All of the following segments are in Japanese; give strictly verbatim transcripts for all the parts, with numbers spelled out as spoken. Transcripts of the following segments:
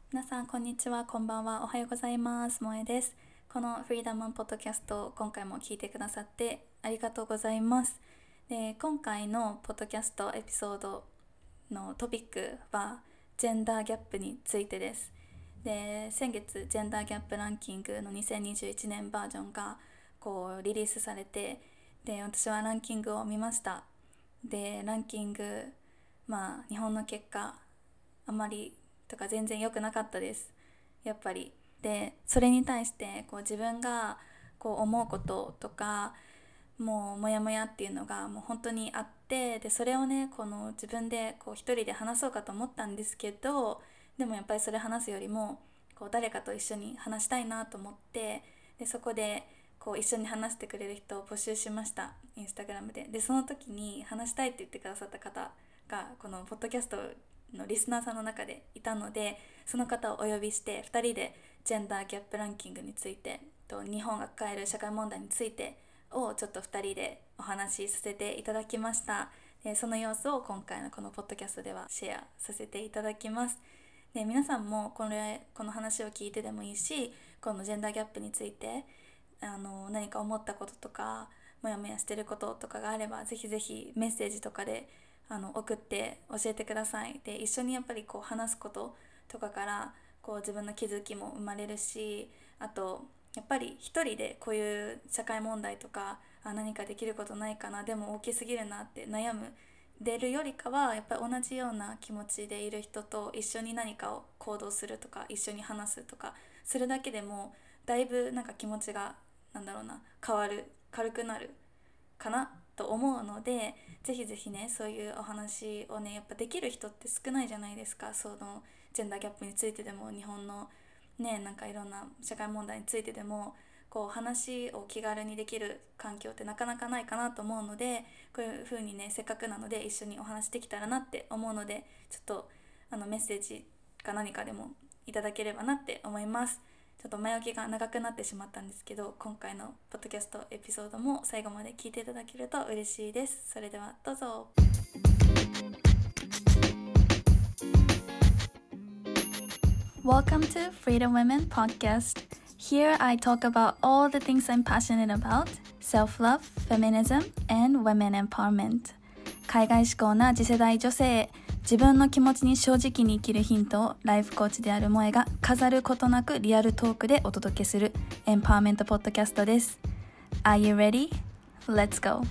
皆さんこんにちは、こんばんは、おはようございます。萌えです。このフリーダムマンポッドキャスト、今回も聞いてくださってありがとうございます。で、今回のポッドキャストエピソードのトピックはジェンダーギャップについてです。で、先月ジェンダーギャップランキングのにせんにじゅういちねんバージョンがこうリリースされて、で、私はランキングを見ました。で、ランキング、まあ日本の結果あまりとか全然良くなかったです、やっぱり。でそれに対してこう自分がこう思うこととか、もうモヤモヤっていうのがもう本当にあって、でそれをねこの自分でこう一人で話そうかと思ったんですけど、でもやっぱりそれ話すよりもこう誰かと一緒に話したいなと思って、でそこでこう一緒に話してくれる人を募集しました、インスタグラムで。でその時に話したいって言ってくださった方がこのポッドキャストのリスナーさんの中でいたので、その方をお呼びしてふたりでジェンダーギャップランキングについてと日本が抱える社会問題についてをちょっとふたりでお話しさせていただきました。でその様子を今回のこのポッドキャストではシェアさせていただきます。で皆さんもこれこの話を聞いてでもいいし、このジェンダーギャップについてあの何か思ったこととかモヤモヤしてることとかがあれば、ぜひぜひメッセージとかであの送って教えてください。で一緒にやっぱりこう話すこととかからこう自分の気づきも生まれるし、あとやっぱり一人でこういう社会問題とか、あ何かできることないかな、でも大きすぎるなって悩む出るよりかは、やっぱり同じような気持ちでいる人と一緒に何かを行動するとか一緒に話すとかするだけでもだいぶなんか気持ちがなんだろうな変わる、軽くなるかなと思うので、ぜひぜひねそういうお話をねやっぱできる人って少ないじゃないですか。そのジェンダーギャップについてでも日本のねなんかいろんな社会問題についてでもこう話を気軽にできる環境ってなかなかないかなと思うので、こういう風にねせっかくなので一緒にお話できたらなって思うので、ちょっとあのメッセージか何かでもいただければなって思います。ちょっと前置きが長くなってしまったんですけど、今回のポッドキャストエピソードも最後まで聞いていただけると嬉しいです。それではどうぞ。 Welcome to Freedom Women Podcast. Here I talk about all the things I'm passionate about: self-love, feminism, and women empowerment. 海外志向な次世代女性へ自分の気持ちに正直に生きるヒントをライフコーチである萌えが飾ることなくリアルトークでお届けするエンパワーメントポッドキャストです。 Are you ready? Let's go!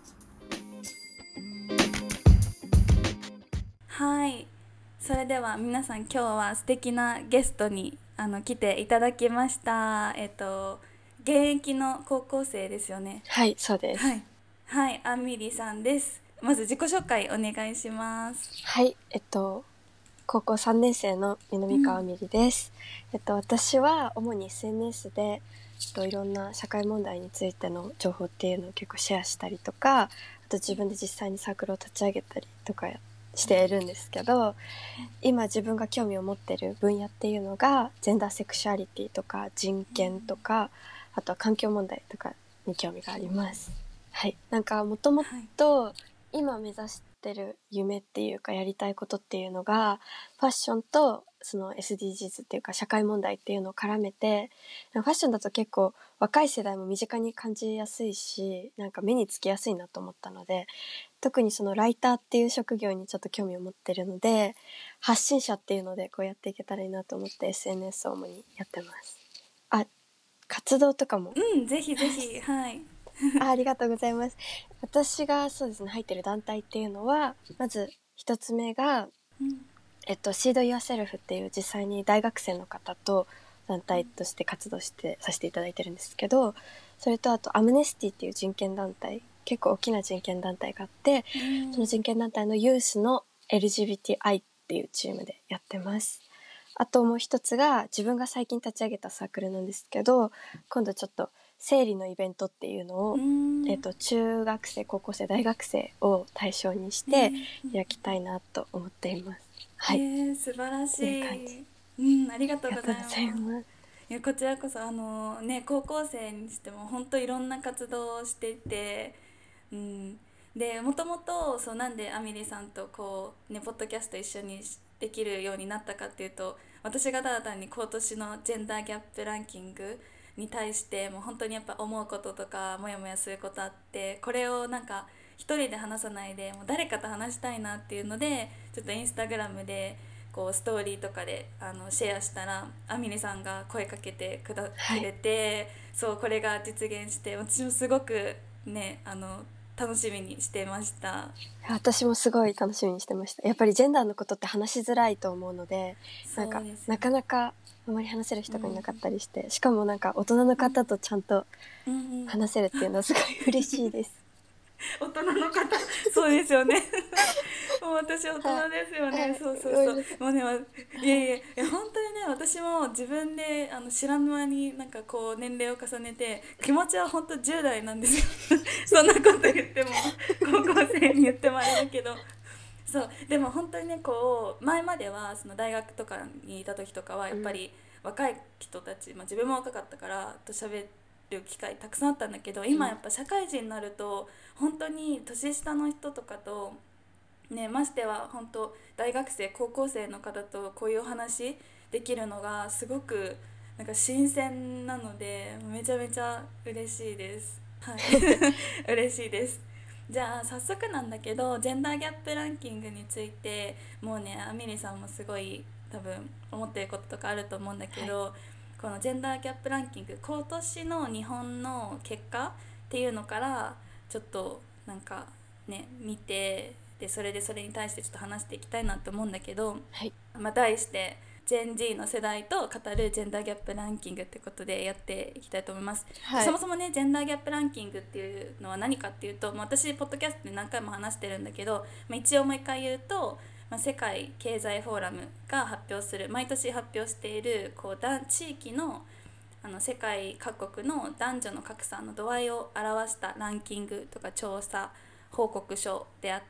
はい、それでは皆さん今日は素敵なゲストにあの来ていただきました。えっと現役の高校生ですよね。 はい、そうです。 はいはい、アンミリさんです。まず自己紹介お願いします。 はい、えっと、高校さんねん生の南川みりです。えっと、私は主に エスエヌエス で、えっと、いろんな社会問題についての情報っていうのを結構シェアしたりとか、あと自分で実際にサークルを立ち上げたりとかしているんですけど、今自分が興味を持っている分野っていうのがジェンダーセクシュアリティとか人権とか、あとは環境問題とかに興味があります。はい、なんかもともと今目指してる夢っていうかやりたいことっていうのがファッションとその エスディージーズ っていうか社会問題っていうのを絡めて、ファッションだと結構若い世代も身近に感じやすいし、なんか目につきやすいなと思ったので、特にそのライターっていう職業にちょっと興味を持ってるので、発信者っていうのでこうやっていけたらいいなと思って エスエヌエス を主にやってます。あ、活動とかもうんぜひぜひはいあありがとうございます。私がそうですね入ってる団体っていうのは、まず一つ目が、 うんえっと、シード・ユア・セルフっていう実際に大学生の方と団体として活動してさせていただいてるんですけど、それとあとアムネスティっていう人権団体、結構大きな人権団体があって、その人権団体のユースの エルジービーティーアイ っていうチームでやってます。あともう一つが自分が最近立ち上げたサークルなんですけど、今度ちょっと生理のイベントっていうのを、えっと、中学生、高校生、大学生を対象にして開きたいなと思っています。はい。 えー、素晴らしという感じ。 い。うん、ありがとうございありがとうございます。 ます。 いやこちらこそあのね高校生にしても本当いろんな活動をしていて、うん、でもともとそうなんでアミリさんとこうねポッドキャスト一緒にできるようになったかっていうと、 私がただ単に今年のジェンダーギャップランキングに対してもう本当にやっぱ思うこととかモヤモヤすることあって、これをなんか一人で話さないでもう誰かと話したいなっていうので、ちょっとインスタグラムでこうストーリーとかであのシェアしたら、アミリさんが声かけてくだくれはい。 て、そうこれが実現して、私もすごくねあの楽しみにしてました。 私もすごい楽しみにしてました。やっぱりジェンダーのことって話しづらいと思うので、なんかそうですよなかなかあまり話せる人がいなかったりして、しかもなんか大人の方とちゃんとうんうん、 話せるっていうのはすごい嬉しいです。 大人の方、そうですよね。もう私大はい。 人ですよね。 はい。 そうそうそう。 ごめんなさい。 もうね、ま、いやいやいや、本当にね、私も自分であの知らぬ間になんかこう年齢を重ねて、気持ちは本当じゅう代なんですよ。そんなこと言っても高校生に言ってもあれだけど。そうでも本当にね、こう前まではその大学とかにいた時とかはやうん。 っぱり若い人たち、まあ、自分も若かったからと喋る機会たくさんあったんだけど、 うん。 今やっぱ社会人になると本当に年下の人とかとね、ましては本当大学生高校生の方とこういうお話できるのがすごくなんか新鮮なので、めちゃめちゃ嬉しいです。はい嬉しいです。じゃあ早速なんだけど、ジェンダーギャップランキングについてもうね、アミリさんもすごい多分思ってることとかあると思うんだけはい。 ど、このジェンダーギャップランキング今年の日本の結果っていうのからちょっとなんかね見て、でそれでそれに対してちょっと話していきたいなと思うんだけど、 はい。 まあ、題してジェン ジー の世代と語るジェンダーギャップランキングってことでやっていきたいと思います。ではい。 そもそもねジェンダーギャップランキングっていうのは何かっていうと、まあ、私ポッドキャストで何回も話してるんだけど、まあ、一応もう一回言うと、まあ、世界経済フォーラムが発表する毎年発表しているこうだ地域のあの世界各国の男女の格差の度合いを表したランキングとか調査報告書であって、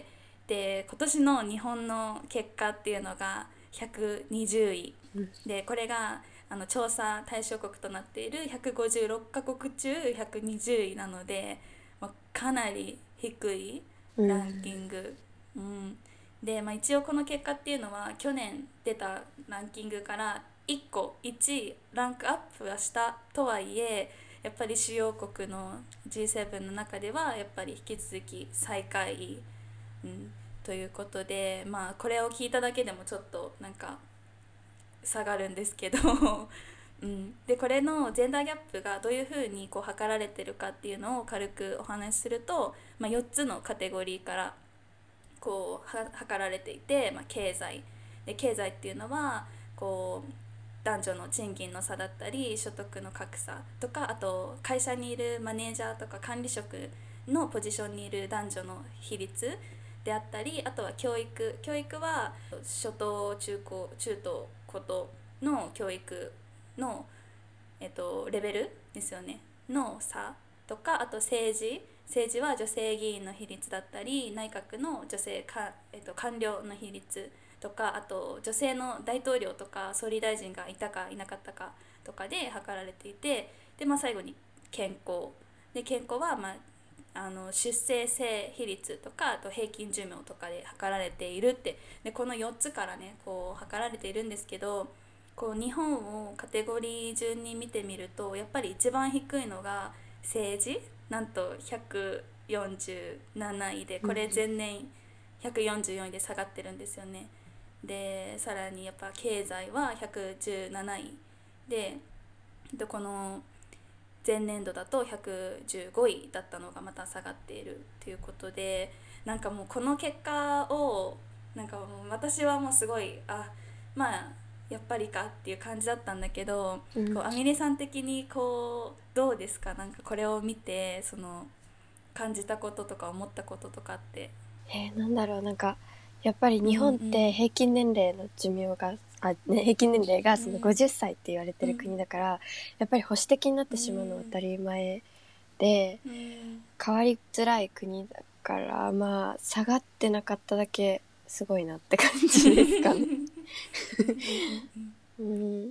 で今年の日本の結果っていうのがひゃくにじゅういうん。 で、これがあの調査対象国となっているひゃくごじゅうろっカ国中ひゃくにじゅういなので、まあ、かなり低いうランキん。 ング、うん、で、まあ、一応この結果っていうのは去年出たランキングからいっこいちいランクアップはしたとはいえ、やっぱり主要国の ジーセブン の中ではやっぱり引き続き最下位、うん、ということで、まあこれを聞いただけでもちょっとなんか下がるんですけどうん、でこれのジェンダーギャップがどういうふうにこう測られてるかっていうのを軽くお話しすると、まあ、よっつのカテゴリーからこうは測られていて、まあ、経済で経済っていうのはこう男女の賃金の差だったり所得の格差とか、あと会社にいるマネージャーとか管理職のポジションにいる男女の比率であったり、あとは教育教育は初等中高中等高等の教育の、えっと、レベルですよねの差とか、あと政治政治は女性議員の比率だったり内閣の女性か、えっと、官僚の比率とか、あと女性の大統領とか総理大臣がいたかいなかったかとかで測られていて、で、まあ、最後に健康で健康は、まあ、あの出生性比率とか、あと平均寿命とかで測られているって、でこのよっつからねこう測られているんですけど、こう日本をカテゴリー順に見てみるとやっぱり一番低いのが政治、なんとひゃくよんじゅうなないで、 うん。 これ前年ひゃくよんじゅうよんいで下がってるんですよね。でさらにやっぱ経済はひゃくじゅうなないで、でこの前年度だとひゃくじゅうごいだったのがまた下がっているということで、なんかもうこの結果をなんかもう私はもうすごい、あ、まあやっぱりかっていう感じだったんだけど、 うん。 こうアミリさん的にこうどうですか？なんかこれを見てその感じたこととか思ったこととかって。 えー、なんだろう、なんか、やっぱりうんう日本ってん平均年齢の寿命が、あ、ね、平均年齢がそのうんごじゅっさいって言われてる国うんだから、やっぱり保守的になっうてしまうのは当んたり前で、 うん変わりづらい国だから、まあ、下がってなかっただけすごいなって感じですかね。 うんうんうんうん、 うん。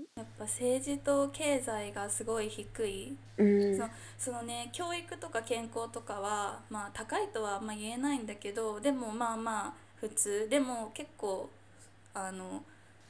やっぱ政治と経済がすごい低い。 うん。 そのそのね、教育とか健康とかは、まあ、高いとはあんま言えないんだけど、でもまあまあ普通でも結構あの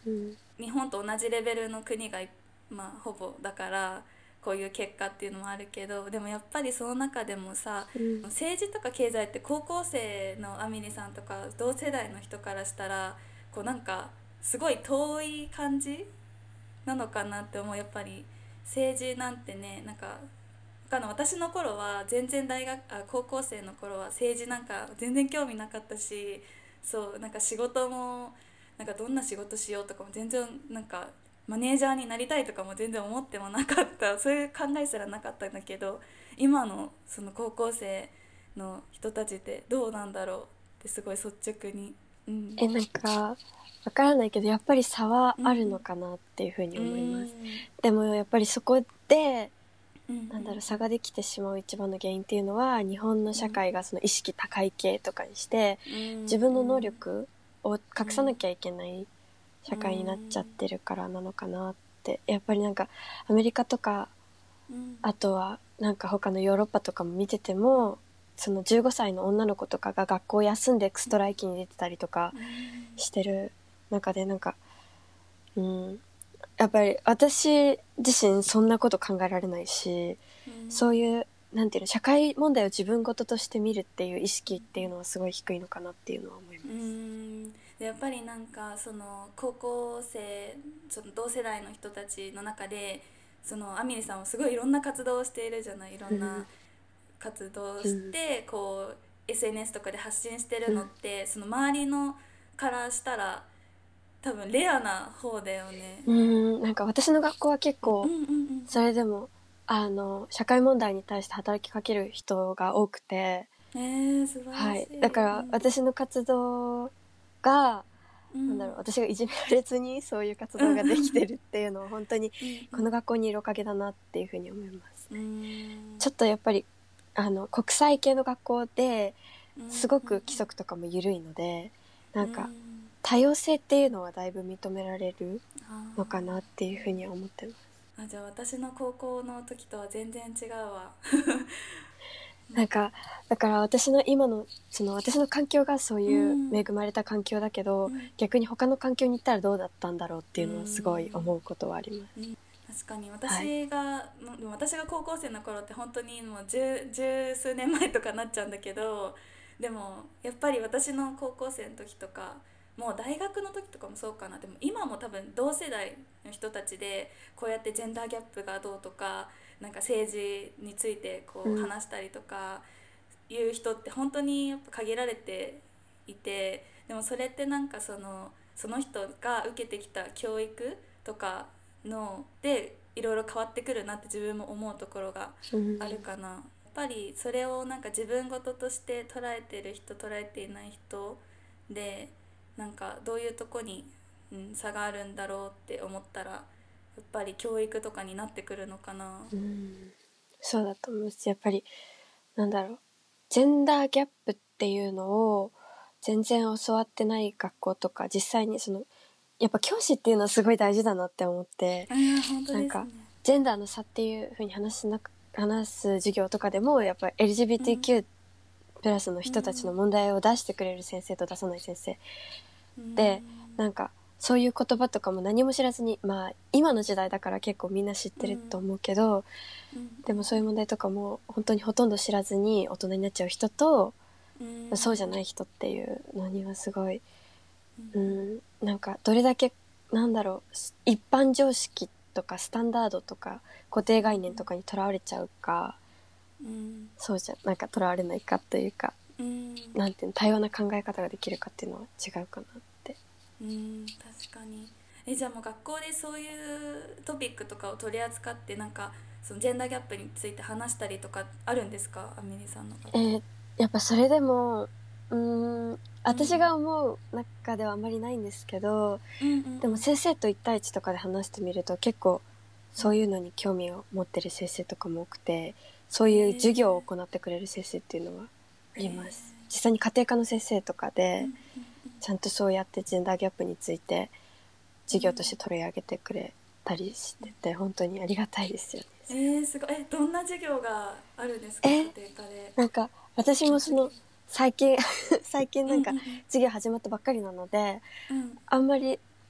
うん日本と同じレベルの国が、まあ、ほぼだからこういう結果っていうのもあるけど、でもやっぱりその中でもさ、 うん政治とか経済って高校生のアミニさんとか同世代の人からしたらこうなんかすごい遠い感じなのかなって思う。やっぱり政治なんてね、なんかわかんない、私の頃は全然大学あ高校生の頃は政治なんか全然興味なかったし、そうなんか仕事もなんかどんな仕事しようとかも全然なんかマネージャーになりたいとかも全然思ってもなかった、そういう考えすらなかったんだけど、今のその高校生の人たちってどうなんだろうってすごい率直に、うん、 えなんかわからないけどやっぱり差はうんあるのかなっていうふうにうん思います。 うんでもやっぱりそこでうんなんだろう差ができてしまう一番の原因っていうのは日本の社会がその意識高い系とかにしてうん自分の能力をうん隠さなきゃいけない社会になっちゃってるからなのかなって。やっぱりなんかアメリカとかうんあとはなんか他のヨーロッパとかも見ててもそのじゅうごさいの女の子とかが学校を休んでストライキに出てたりとかうんしてる中でなんかうんやっぱり私自身そんなこと考えられないし、そういうなんていうの社会問題を自分事として見るっていう意識っていうのはすごい低いのかなっていうのは思います。 うーんでやっぱりなんかその高校生その同世代の人たちの中でそのアミリさんはすごいいろんな活動をしているじゃない。いろんな活動をしてこう エスエヌエス とかで発信してるのってその周りのからしたら多分レアな方だよね。 うん、うんなんか私の学校は結構うんうんうんそれでもあの社会問題に対して働きかける人が多くて、 えー、素晴らはい、 しい。 だから私の活動がうんなんだろう私がいじめられずにそういう活動ができてるっていうのは本当にこの学校にいるおかげだなっていうふうに思います。 うんうんちょっとやっぱりあの国際系の学校うんですごく規則とかも緩いのでなんかうん多様性っていうのはだいぶ認められるあーのかなっていうふうに思ってます。 あじゃあ私の高校の時とは全然違うわ。 なんかだから私の今のその私の環境がそういう恵まれた環境だけど、 うん逆に他の環境に行ったらどうだったんだろうっていうのはすごい思うことはあります。 うん確かに私が、もうでも私が高校生の頃って本当にもう十十数年前とかなっちゃうんだけど、でもやっぱり私の高校生の時とかもう大学の時とかもそうかな。でも今も多分同世代の人たちでこうやってジェンダーギャップがどうとかなんか政治についてこううん話したりとかいう人って本当にやっぱ限られていて、でもそれってなんかそのその人が受けてきた教育とかのでいろいろ変わってくるなって自分も思うところがうんあるかな。やっぱりそれをなんか自分事として捉えてる人捉えていない人でなんかどういうとこに、うん、差があるんだろうって思ったらやっぱり教育とかになってくるのかな。 うんそうだと思うしやっぱりなんだろうジェンダーギャップっていうのを全然教わってない学校とか実際にそのやっぱ教師っていうのはすごい大事だなって思って、 あー本当ですね。 なんかジェンダーの差っていう風に話すな話す授業とかでもやっぱり エルジービーティーキュー プラスの人たちの問題を出してくれる先生と出さない先生で、なんかそういう言葉とかも何も知らずにまあ今の時代だから結構みんな知ってると思うけど、でもそういう問題とかも本当にほとんど知らずに大人になっちゃう人と、 うんそうじゃない人っていうのにはすごい、うん、なんかどれだけなんだろう一般常識とかスタンダードとか固定概念とかにとらわれちゃうか、 うんそうじゃなんかとらわれないかというか、 うんなんていうの多様な考え方ができるかっていうのは違うかなって。 うん確かに。えじゃあもう学校でそういうトピックとかを取り扱ってなんかそのジェンダーギャップについて話したりとかあるんですか、アメリさんの学校。 えーやっぱそれでもうーん私が思う中ではあんまりないんですけど、 うんうんでも先生と一対一とかで話してみると結構そういうのに興味を持ってる先生とかも多くて、そういう授業を行ってくれる先生っていうのはあります。実際に家庭科の先生とかでちゃんとそうやってジェンダーギャップについて授業として取り上げてくれたりしてて本当にありがたいですよね。 えー、すごい。えどんな授業があるんですか、 え家庭科で。 なんか私もその最近最近なんかうんうん授業始まったばっかりなのでうんあんまり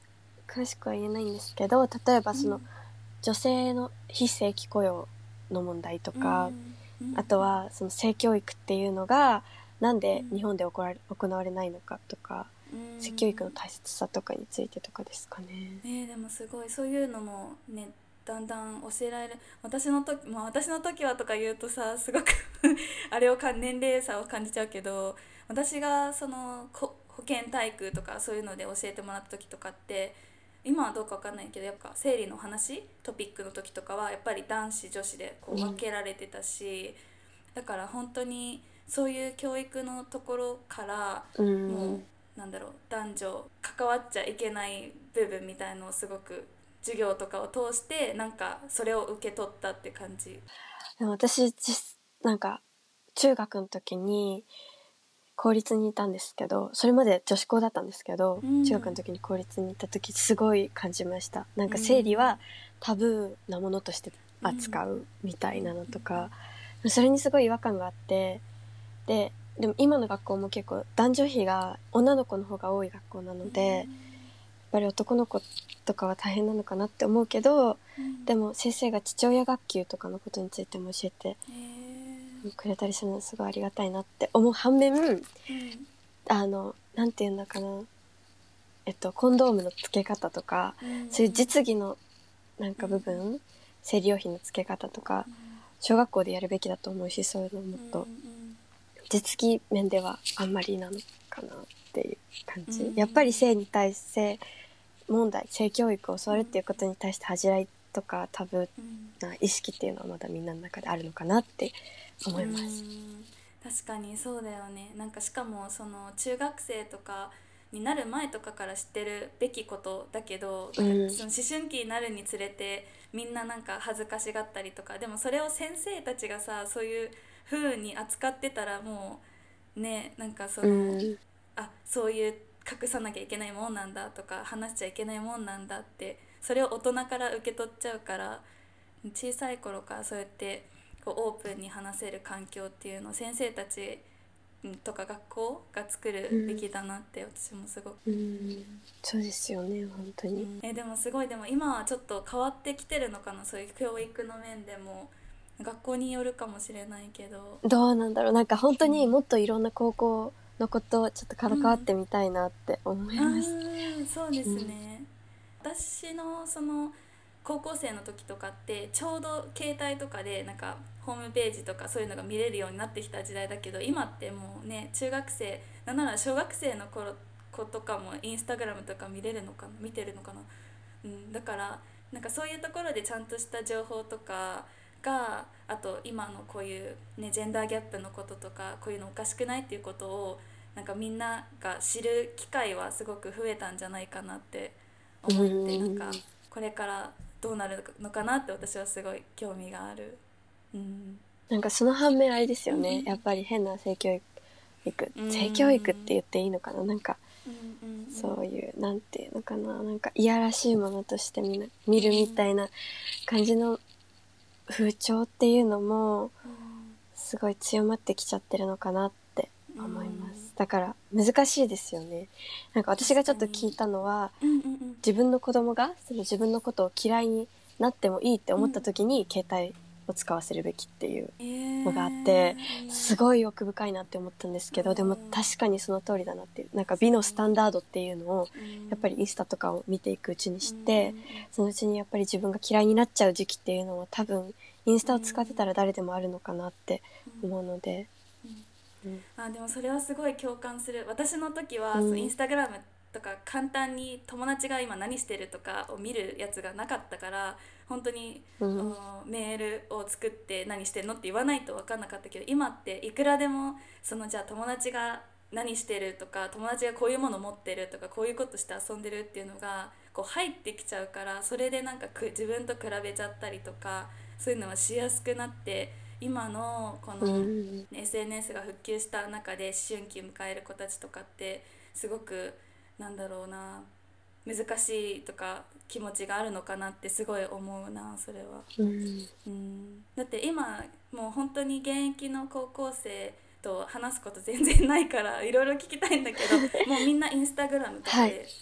詳しくは言えないんですけど、例えばその、 うん女性の非正規雇用の問題とか、 うん、 あとはその性教育っていうのがなんでうん日本で行われ、行われないのかとか、 うん、 性教育の大切さとかについてとかですかね。 えー、でもすごいそういうのもねだんだん教えられる。私の時、まあ、私の時はとか言うとさすごくあれをか年齢差を感じちゃうけど、私がそのこ保健体育とかそういうので教えてもらった時とかって、今はどうかわかんないけどやっぱ生理の話トピックの時とかはやっぱり男子女子でこう分けられてたし、だから本当にそういう教育のところからうもん、 うなんだろう、男女関わっちゃいけない部分みたいのをすごく授業とかを通してなんかそれを受け取ったって感じ。 でも私実なんか中学の時に公立にいたんですけど、それまで女子校だったんですけど、 うん中学の時に公立にいた時すごい感じました。なんか生理うんはタブーなものとして扱うみたいなのとか、それにすごい違和感があって、ででも今の学校も結構男女比が女の子の方が多い学校なので、やっぱり男の子とかは大変なのかなって思うけど、 うんでも先生が父親学級とかのことについても教えてへーくれたりするのはすごいありがたいなって思う反面、 うんあのなんていうんだかな、えっとコンドームの付け方とか、 うんそういう実技のなんか部分、生理用品の付け方とか小学校でやるべきだと思うし、そういうのをもっと実技面ではあんまりなのかなっていう感じ、 うんやっぱり性に対して問題、性教育を教わるっていうことに対して恥じらいとかタブーうんな意識っていうのはまだみんなの中であるのかなって思います。 うん、確かにそうだよね。なんかしかもその中学生とかになる前とかから知ってるべきことだけど、なんかうんその思春期になるにつれてみんななんか恥ずかしがったりとか、でもそれを先生たちがさそういう風に扱ってたらもうね、なんかそうのんあそういう隠さなきゃいけないもんなんだとか話しちゃいけないもんなんだってそれを大人から受け取っちゃうから、小さい頃からそうやってこうオープンに話せる環境っていうのを先生たちとか学校が作るべきだなって私もすごく、 うん、そうですよね本当に、 うん、えでもすごい、でも今はちょっと変わってきてるのかな、そういう教育の面でも。学校によるかもしれないけど、 どうなんだろう、なんか本当にもっといろんな高校のことをちょっと関わってみたいなって思いうん、 ます、 あそうですね、うん、私のその高校生の時とかってちょうど携帯とかでなんかホームページとかそういうのが見れるようになってきた時代だけど、今ってもうね中学生なんなら小学生の頃子とかもインスタグラムとか見れるのかな見てるのかな、うん、だからなんかそういうところでちゃんとした情報とかが、あと今のこういう、ね、ジェンダーギャップのこととかこういうのおかしくないっていうことをなんかみんなが知る機会はすごく増えたんじゃないかなって思って、なんかこれからどうなるのかなって私はすごい興味がある、うん、 なんかその反面あれですよね、 うんやっぱり変な性教育、 うん性教育って言っていいのかな、なんかうんうんうん、 そういうなんていうのかな、なんかいやらしいものとしてみな見るみたいな感じの風潮っていうのもすごい強まってきちゃってるのかなって思います、だから難しいですよね。なんか私がちょっと聞いたのは、 うんうんうん、 自分の子供がその自分のことを嫌いになってもいいって思った時に携帯を使わせるべきっていうのがあって、すごい欲深いなって思ったんですけど、でも確かにその通りだなっていう、なんか美のスタンダードっていうのをやっぱりインスタとかを見ていくうちに知って、そのうちにやっぱり自分が嫌いになっちゃう時期っていうのは多分インスタを使ってたら誰でもあるのかなって思うので、 うん、あでもそれはすごい共感する。私の時は、 うん、 そのインスタグラムとか簡単に友達が今何してるとかを見るやつがなかったから、本当に、うん、メールを作って何してんのって言わないと分かんなかったけど、今っていくらでもそのじゃあ友達が何してるとか友達がこういうもの持ってるとかこういうことして遊んでるっていうのがこう入ってきちゃうから、それでなんかく自分と比べちゃったりとかそういうのはしやすくなって、今のこの、 うん、 エスエヌエス が普及した中で思春期迎える子たちとかってすごくなんだろうな、難しいとか気持ちがあるのかなってすごい思うな、それは、 うんうん、だって今もう本当に現役の高校生と話すこと全然ないからいろいろ聞きたいんだけどもうみんなインスタグラムとかで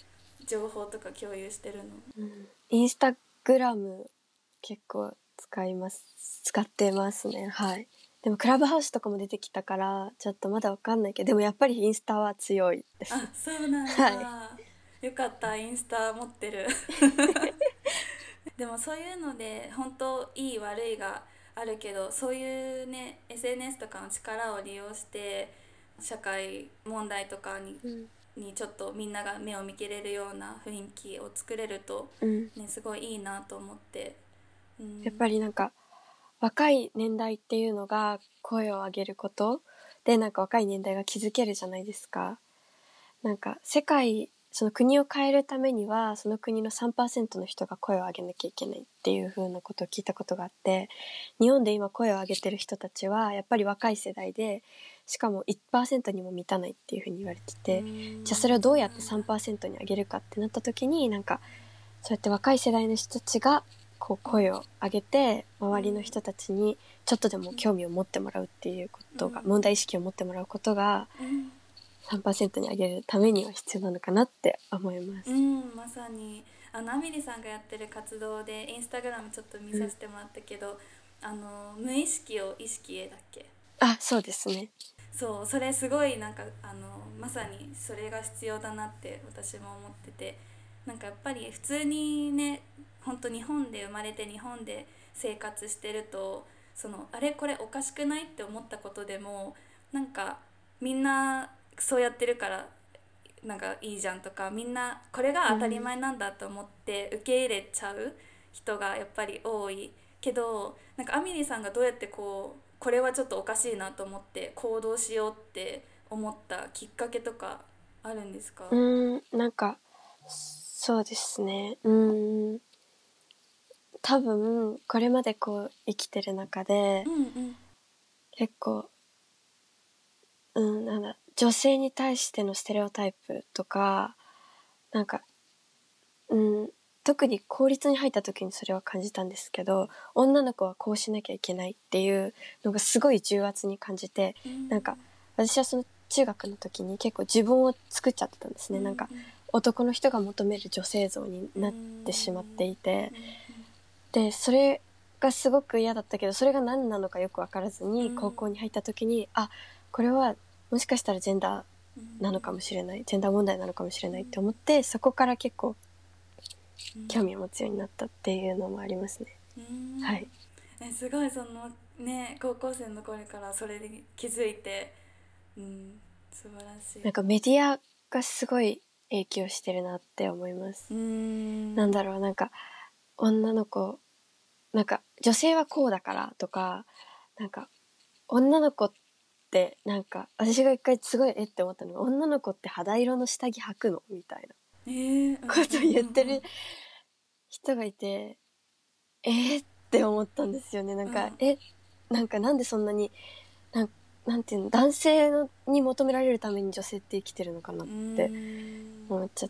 情報とか共有してるの？ うん、インスタグラム結構使います使ってますね。はい。でもクラブハウスとかも出てきたからちょっとまだわかんないけど、でもやっぱりインスタは強いです。 あ、そうなんはい。 だ。よかった、インスタ持ってる。でもそういうので本当いい悪いがあるけど、そういうね エスエヌエス とかの力を利用して社会問題とかに、 うん、 にちょっとみんなが目を向けれるような雰囲気を作れると、 うん、 ね、すごいいいなと思って、うやっん、 ぱりなんか若い年代っていうのが声を上げることで、なんか若い年代が気づけるじゃないですか。なんか世界、その国を変えるためにはその国のさんパーセントの人が声を上げなきゃいけないっていう風なことを聞いたことがあって、日本で今声を上げてる人たちはやっぱり若い世代で、しかも いちパーセント にも満たないっていう風に言われてうて、じゃあそれをん、 どうやってそうなんだ。 さんパーセント に上げるかってなった時に、なんかそうやって若い世代の人たちがこう声を上げて、周りの人たちにちょっとでも興味を持ってもらうっていうことが、問題意識を持ってもらうことがうん、 さんパーセント に上げるためには必要なのかなって思います。 うん、まさにあのアミリさんがやってる活動でインスタグラムちょっと見うん、 させてもらったけど、あの無意識を意識へだっけ？ あ、そうですね。 そう、それすごいなんかあのまさにそれが必要だなって私も思ってて、なんかやっぱり普通にね、本当日本で生まれて日本で生活してると、そのあれこれおかしくないって思ったことでも、なんかみんなそうやってるからなんかいいじゃんとか、みんなこれが当たりうん、 前なんだと思って受け入れちゃう人がやっぱり多いけど、なんかアミリーさんがどうやってこうこれはちょっとおかしいなと思って行動しようって思ったきっかけとかあるんですか？ うーん、なんかそうですね。うーん、多分これまでこう生きてる中でうんうん結構、うん、なんだ、女性に対してのステレオタイプとか、なんか、うん、特に公立に入った時にそれは感じたんですけど、女の子はこうしなきゃいけないっていうのがすごい重圧に感じて、 うんなんか私はその中学の時に結構自分を作っちゃってたんですね。なんか男の人が求める女性像にうんうなってしまっていんて、でそれがすごく嫌だったけど、それが何なのかよく分からずうんに高校に入った時に、あ、これはもしかしたらジェンダうんーなのかもしれない、ジェンダー問題なのかもしれないって思って、そこから結構興味を持つようになったっていうのもありますね。 うん、 はい。 えすごい、そのね高校生の頃からそれで気づいて、うん、素晴らしい。 なんかメディアがすごい影響してるなって思います。 うーんなんだろう、なんか女の子、なんか女性はこうだからとか、なんか女の子ってなんか私が一回すごいえって思ったのが、女の子って肌色の下着履くのみたいなえー、うんことをうんうんうん言ってる人がいて、えー、って思ったんですよね。なんか、 うんえ、なんかなんでそんなに、なん、なんていうの、男性のに求められるために女性って生きてるのかなっうーてん思っちゃって、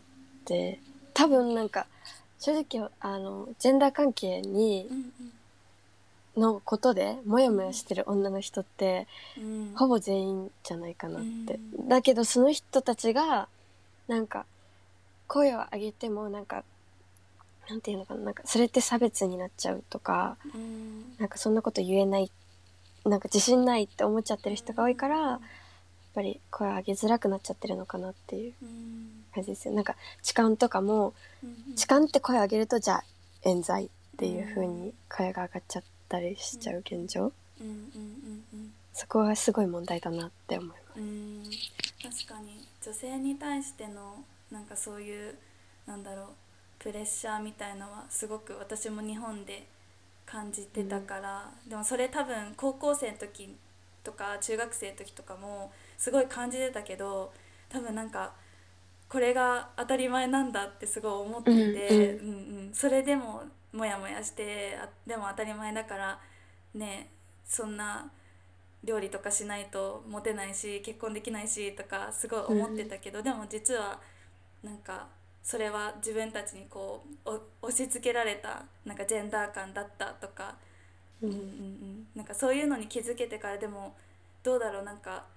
多分なんか、正直、あの、ジェンダー関係に、 うんのことで、もやもやしてる女の人って、 うんほぼ全員じゃないかなうって。 んだけど、その人たちが、なんか、声を上げても、なんか、なんていうのかな、なんか、それって差別になっちゃうとか、 うんなんかそんなこと言えない、なんか自信ないって思っちゃってる人が多いから、やっぱり声を上げづらくなっちゃってるのかなっていううん感じですよ。なんか痴漢とかも、 うん痴漢って声を上げるとじゃあ冤罪っていう風うんに声が上がっちゃったりしちゃう現状、 うんうんうんうんそこはすごい問題だなって思います。 うん、確かに女性に対してのなんかそういうなんだろうプレッシャーみたいのはすごく私も日本で感じてたから、でもそれ多分高校生の時とか中学生の時とかもすごい感じてたけど、多分なんかこれが当たり前なんだってすごい思っうんてて、 うんうんうん、それでもモヤモヤして、あでも当たり前だからね、そんな料理とかしないとモテないし結婚できないしとかすごい思ってうんたけど、でも実はなんかそれは自分たちにこうお押し付けられたなんかジェンダー感だったとか、うんうんううんん、なんかそういうのに気づけてから、でもどうだろう、なんか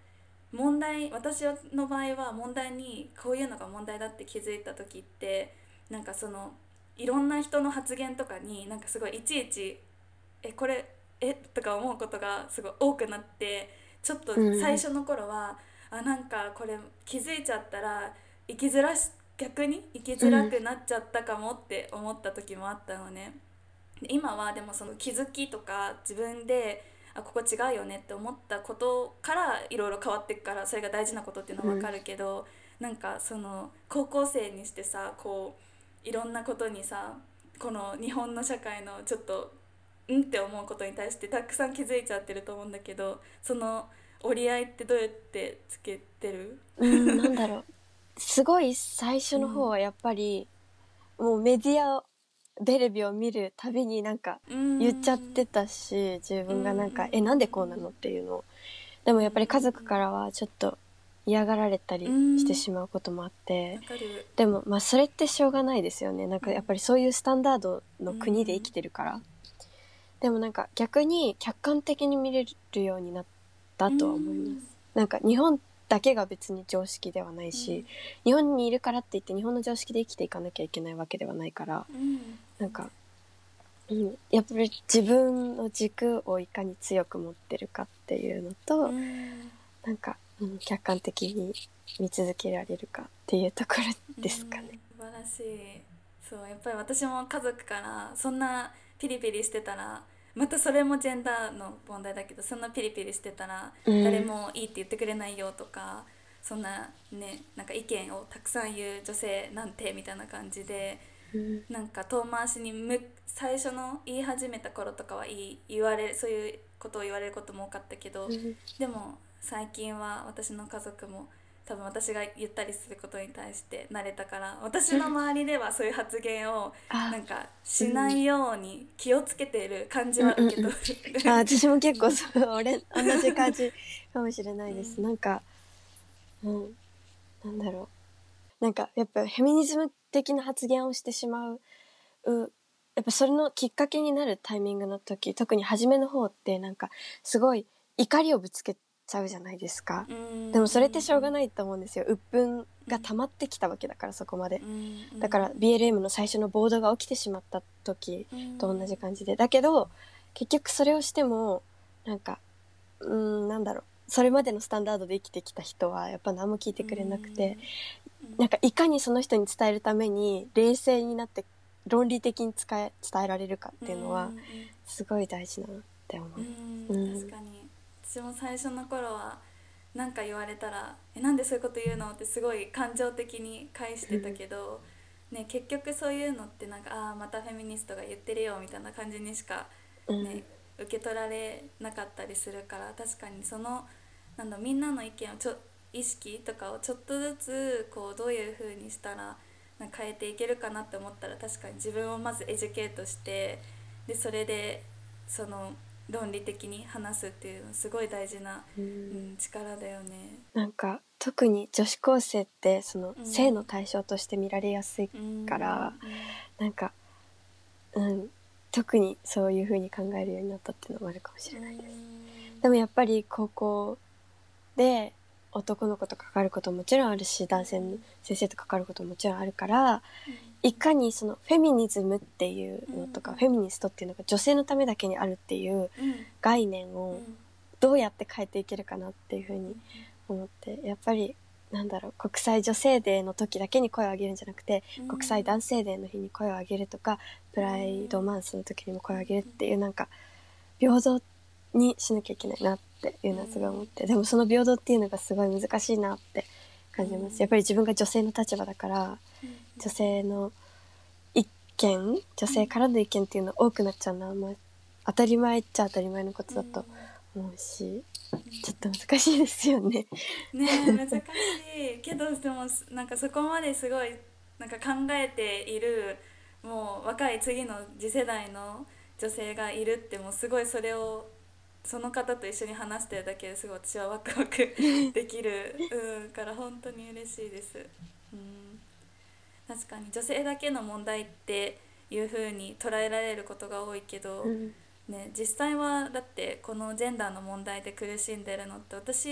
問題私の場合は問題にこういうのが問題だって気づいた時ってなんかそのいろんな人の発言とかになんかすごいいちいちえこれえとか思うことがすごい多くなって、ちょっと最うん初の頃はあなんかこれ気づいちゃったら生きづらし逆に生きづらうんくなっちゃったかもって思った時もあったのね。今はでもその気づきとか自分であここ違うよねって思ったことからいろいろ変わっていくからそれが大事なことっていうのは分うんかるけど、なんかその高校生にしてさこういろんなことにさこの日本の社会のちょっとうんって思うことに対してたくさん気づいちゃってると思うんだけど、その折り合いってどうやってつけてる？ うんなんだろう、すごい最初の方はやっぱり、もうメディアをテレビを見るたびになんかうんうん言っちゃってたし、自うんうん分がなんか、えなんでこうなのっていうのを、でもやっぱり家族からはちょっと嫌がられたりしてしまうこともあって、 わかる。 でもまあそれってしょうがないですよね。なんかやっぱりそういうスタンダードの国で生きてるから、でもなんか逆に客観的に見れるようになったとは思います。なんか日本だけが別に常識ではないし、日本にいるからって言って日本の常識で生きていかなきゃいけないわけではないから、なんか、うん、やっぱり自分の軸をいかに強く持ってるかっていうのと、なんか、うん、客観的に見続けられるかっていうところですかね。 素晴らしい。そうやっぱり私も家族からそんなピリピリしてたら、またそれもジェンダーの問題だけど、そんなピリピリしてたら誰もいいって言ってくれないよとか、そんなねなんか意見をたくさん言う女性なんてみたいな感じで、 うん、 なんか遠回しにむ最初の言い始めた頃とかはいい言われそういうことを言われることも多かったけど、 うん、 でも最近は私の家族も多分私が言ったりすることに対して慣れたから、私の周りではそういう発言をなんかしないように気をつけている感じは受け取る。 あ、私も結構そう俺同じ感じかもしれないです。うん、なんか、うん、なんだろう、なんかやっぱフェミニズム的な発言をしてしまう、うやっぱそれのきっかけになるタイミングの時、特に初めの方ってなんかすごい怒りをぶつけちゃうじゃないですか。でもそれってしょうがないと思うんですよ。鬱憤が溜まってきたわけだから、そこまで。だから ビーエルエム の最初の暴動が起きてしまった時と同じ感じで。だけど結局それをしてもなんかうーんなんだろう、それまでのスタンダードで生きてきた人はやっぱ何も聞いてくれなくて、なんかいかにその人に伝えるために冷静になって論理的に伝え伝えられるかっていうのはすごい大事だなって思う。 うん、確かに私も最初の頃は何か言われたら「えなんでそういうこと言うの?」ってすごい感情的に返してたけど、ね、結局そういうのってなんかああまたフェミニストが言ってるよみたいな感じにしか、ねうん、 受け取られなかったりするから、確かにそのなんだみんなの意見をちょ意識とかをちょっとずつこうどういう風にしたらなんか変えていけるかなって思ったら、確かに自分をまずエデュケートして、でそれでその論理的に話すっていうのすごい大事な、 うんうん、力だよね。 なんか特に女子高生ってそのうん性の対象として見られやすいから、 うんなんか、うん、特にそういう風に考えるようになったっていうのもあるかもしれないです。でもやっぱり高校で男の子と関わることももちろんあるし、男性の先生と関わることももちろんあるから、いかにそのフェミニズムっていうのとか、フェミニストっていうのが女性のためだけにあるっていう概念をどうやって変えていけるかなっていうふうに思って、やっぱりなんだろう、国際女性デーの時だけに声を上げるんじゃなくて、国際男性デーの日に声を上げるとか、プライドマンスの時にも声を上げるっていう、なんか平等にしなきゃいけないなっていうのはすごい思って、でもその平等っていうのがすごい難しいなって感じます。やっぱり自分が女性の立場だから、女性の意見、女性からの意見っていうの多くなっちゃうのは、まあ、当たり前っちゃ当たり前のことだと思うし、ちょっと難しいですよね。 ねえ難しいけど、でもなんかそこまですごいなんか考えているもう若い次の次世代の女性がいるって、もうすごいそれをその方と一緒に話してるだけですごい私はワクワクできる、うん、から本当に嬉しいです。うん、確かに女性だけの問題っていう風に捉えられることが多いけど、 うんね、実際はだってこのジェンダーの問題で苦しんでるのって私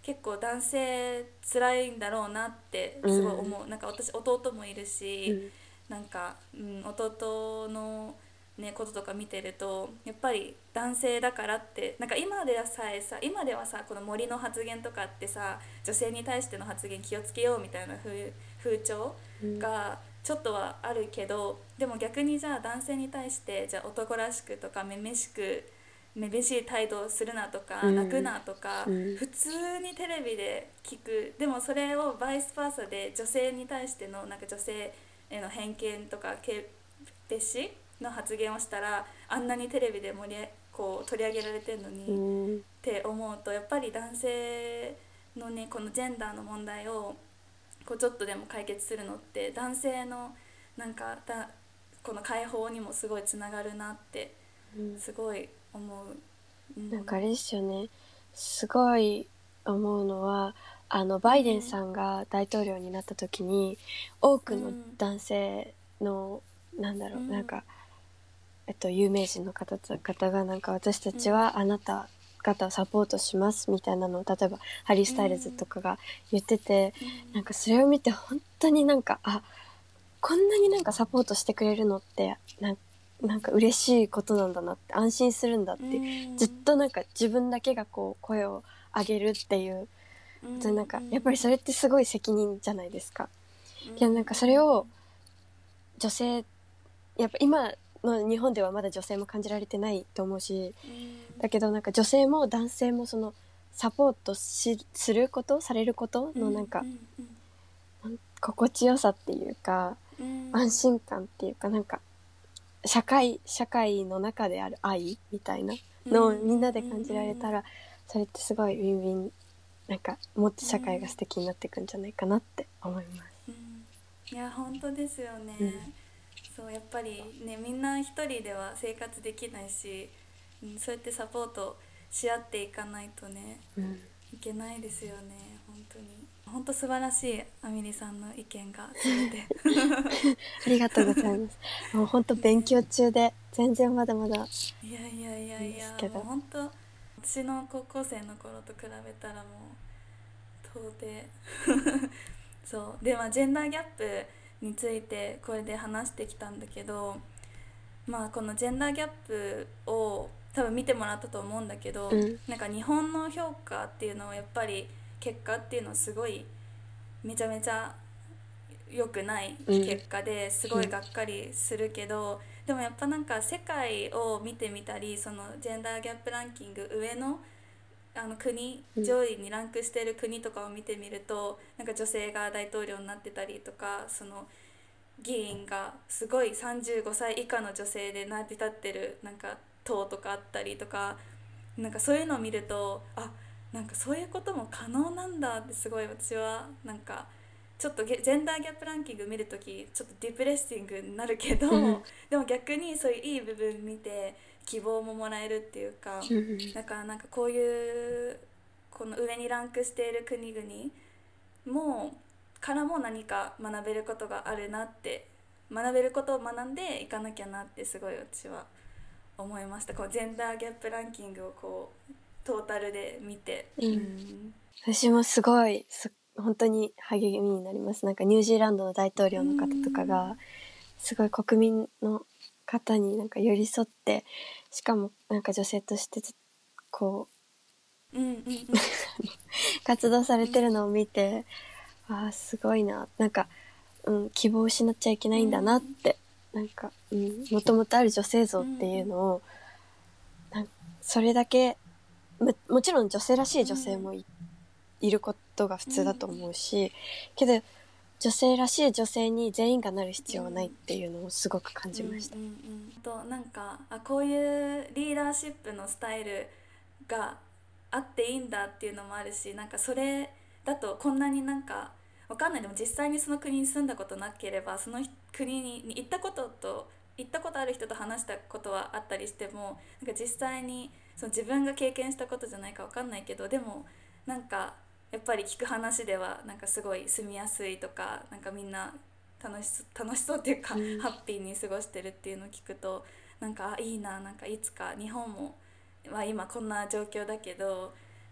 結構男性辛いんだろうなってすごい思う、うん、なんか私弟もいるし、うん、なんか、うん、弟のね、こととか見てるとやっぱり男性だからってなんか今ではさえさ今ではさこの森の発言とかってさ女性に対しての発言気をつけようみたいな風、風潮がちょっとはあるけど、でも逆にじゃあ男性に対してじゃあ男らしくとかめめしくめべしい態度をするなとか、うん、泣くなとか、うん、普通にテレビで聞く。でもそれをバイスパーサで女性に対してのなんか女性への偏見とか軽蔑の発言をしたらあんなにテレビで盛りこう取り上げられてるのに、うん、って思うとやっぱり男性のねこのジェンダーの問題をこうちょっとでも解決するのって男性のなんかだこの解放にもすごいつながるなってすごい思う、 うん、なんかあれですよね、すごい思うのはあのバイデンさんが大統領になった時に、うん、多くの男性の、うん、なんだろう、うん、なんかえっと有名人の方々がなんか私たちはあなた方をサポートしますみたいなのを例えばハリー・スタイルズとかが言ってて、うん、なんかそれを見て本当になんかあこんなになんかサポートしてくれるのってなんなんか嬉しいことなんだなって安心するんだって、うん、ずっとなんか自分だけがこう声を上げるっていう、うん、なんかやっぱりそれってすごい責任じゃないですか、うん、けどなんかそれを女性やっぱ今の日本ではまだ女性も感じられてないと思うし、うん、だけどなんか女性も男性もそのサポートしすることされることのなんか、うんうんうん、心地よさっていうか、うん、安心感っていうかなんか社会社会の中である愛みたいなのをみんなで感じられたら、それってすごいウィンウィンなんかもっと社会が素敵になっていくんじゃないかなって思います、 うん、いや本当ですよね、うん、そうやっぱりねみんな一人では生活できないし、うん、そうやってサポートし合っていかないとね、うん、いけないですよね本当に本当素晴らしいアミリさんの意見が全てありがとうございますもう本当勉強中で、ね、全然まだまだいやいやいやいやもう本当私の高校生の頃と比べたらもう到底そうでまあジェンダーギャップについてこれで話してきたんだけど、まあこのジェンダーギャップを多分見てもらったと思うんだけど、うん、なんか日本の評価っていうのはやっぱり結果っていうのはすごいめちゃめちゃ良くない結果ですごいがっかりするけど、うん、でもやっぱなんか世界を見てみたりそのジェンダーギャップランキング上のあの国上位にランクしてる国とかを見てみるとなんか女性が大統領になってたりとかその議員がすごいさんじゅうごさい以下の女性で成り立ってるなんか党とかあったりとかなんかそういうのを見るとあなんかそういうことも可能なんだってすごい私はなんかちょっとジェンダーギャップランキング見るときちょっとディプレッシングになるけど、うん、でも逆にそういういい部分見て希望ももらえるっていうか、うん、だからなんかこういうこの上にランクしている国々もからも何か学べることがあるなって学べることを学んでいかなきゃなってすごい私は思いました。こうジェンダーギャップランキングをこうトータルで見て、 うんうん、私もすごいす本当に励みになります。なんかニュージーランドの大統領の方とかがすごい国民の方になんか寄り添ってしかもなんか女性としてこう、うんうんうん、活動されてるのを見て、うん、あーすごいななんか、うん、希望を失っちゃいけないんだなって、うん、なんか、うん、もともとある女性像っていうのを、うん、なんそれだけ も, もちろん女性らしい女性も い,、うん、いることが普通だと思うし、うん、けど女性らしい女性に全員がなる必要はないっていうのをすごく感じました、うんうんうん、 となんかあこういうリーダーシップのスタイルがあっていいんだっていうのもあるしなんかそれだとこんなになんかわかんないでも実際にその国に住んだことなければその国に行ったことと行ったことある人と話したことはあったりしてもなんか実際にその自分が経験したことじゃないかわかんないけどでもなんかやっぱり聞く話ではなんかすごい住みやすいとかなんかみんな楽し楽しそうっていうか、うん、ハッピーに過ごしてるっていうのを聞くとなんかいいななんかいつか日本もは今こんな状況だけど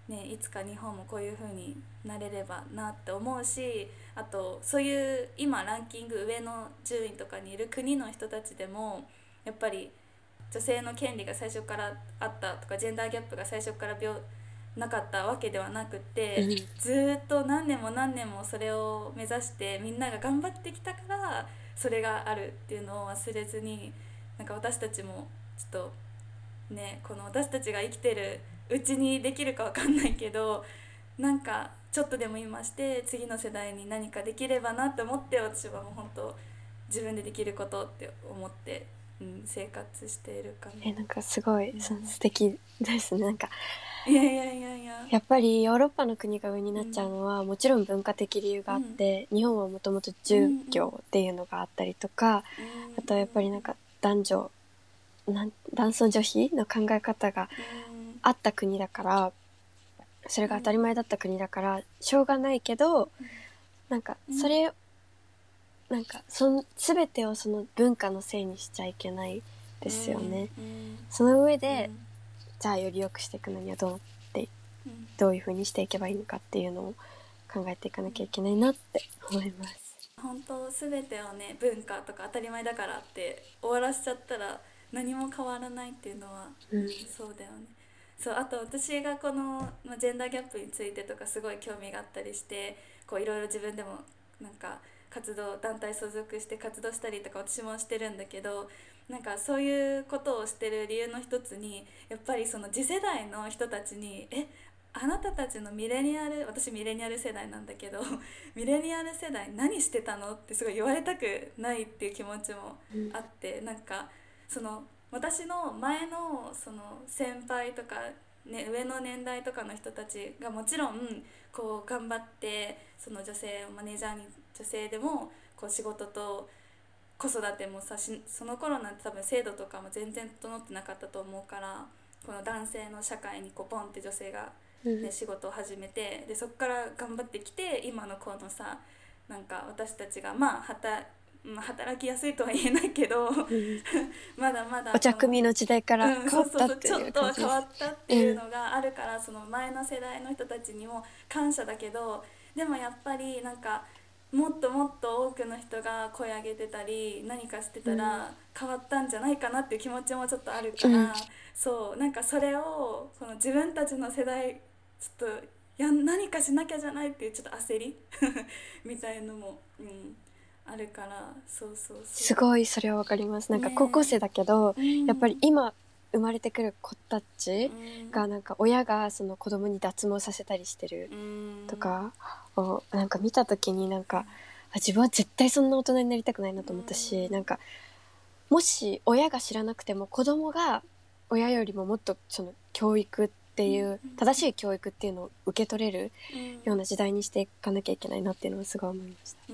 ね、いつか日本もこういう風になれればなって思うし、あとそういう今ランキング上の順位とかにいる国の人たちでもやっぱり女性の権利が最初からあったとかジェンダーギャップが最初から病なかったわけではなくて、 うんずっと何年も何年もそれを目指してみんなが頑張ってきたからそれがあるっていうのを忘れずに、なんか私たちもちょっとね、この私たちが生きてるうちにできるかわかんないけど、なんかちょっとでも今して次の世代に何かできればなって思って、私はもう本当自分でできることって思って、うん、生活しているかな。 えなんかすごい、 うん、 そ素敵ですね。なんかいやいやいやいや、 やっぱりヨーロッパの国が上になっちゃうのは、うん、もちろん文化的理由があって、うん、日本はもともと住居っていうのがあったりとか、うん、あとはやっぱりなんか男女なん男尊女卑の考え方があった国だから、それが当たり前だった国だからしょうがないけど、なんかそれなんかその全てをその文化のせいにしちゃいけないですよね。その上でじゃあより良くしていくのにはどうってどういう風にしていけばいいのかっていうのを考えていかなきゃいけないなって思います。 本当全てをね、文化とか当たり前だからって終わらせちゃったら何も変わらないっていうのは、うん、そうだよね。そう、あと私がこの、まあ、ジェンダーギャップについてとかすごい興味があったりして、こういろいろ自分でもなんか活動団体所属して活動したりとか私もしてるんだけど、なんかそういうことをしてる理由の一つにやっぱりその次世代の人たちにえあなたたちのミレニアル、私ミレニアル世代なんだけどミレニアル世代何してたのってすごい言われたくないっていう気持ちもあって、うん、なんかその私の前のその先輩とか、ね、上の年代とかの人たちがもちろんこう頑張ってその女性マネージャーに女性でもこう仕事と子育てもさしその頃なんて多分制度とかも全然整ってなかったと思うから、この男性の社会にこうポンって女性が、ねうん、仕事を始めて、でそこから頑張ってきて今のこのさ、なんか私たちがまあ働働きやすいとは言えないけど、うん、まだまだお茶組の時代から変わったっていう感じです。 ちょっとは変わったっていうのがあるから、うん、その前の世代の人たちにも感謝だけど、でもやっぱりなんかもっともっと多くの人が声上げてたり何かしてたら変わったんじゃないかなっていう気持ちもちょっとあるから、うん、そうなんかそれをその自分たちの世代ちょっとや何かしなきゃじゃないっていうちょっと焦りみたいのも、うん、あるから、そうそうそう、 すごいそれはわかります。なんか高校生だけど、ね、やっぱり今生まれてくる子たちがなんか親がその子供に脱毛させたりしてるとかをなんか見た時になんかあ自分は絶対そんな大人になりたくないなと思ったし、なんかもし親が知らなくても子供が親よりももっとその教育っていう正しい教育っていうのを受け取れるような時代にしていかなきゃいけないなっていうのはすごい思いました。 うん、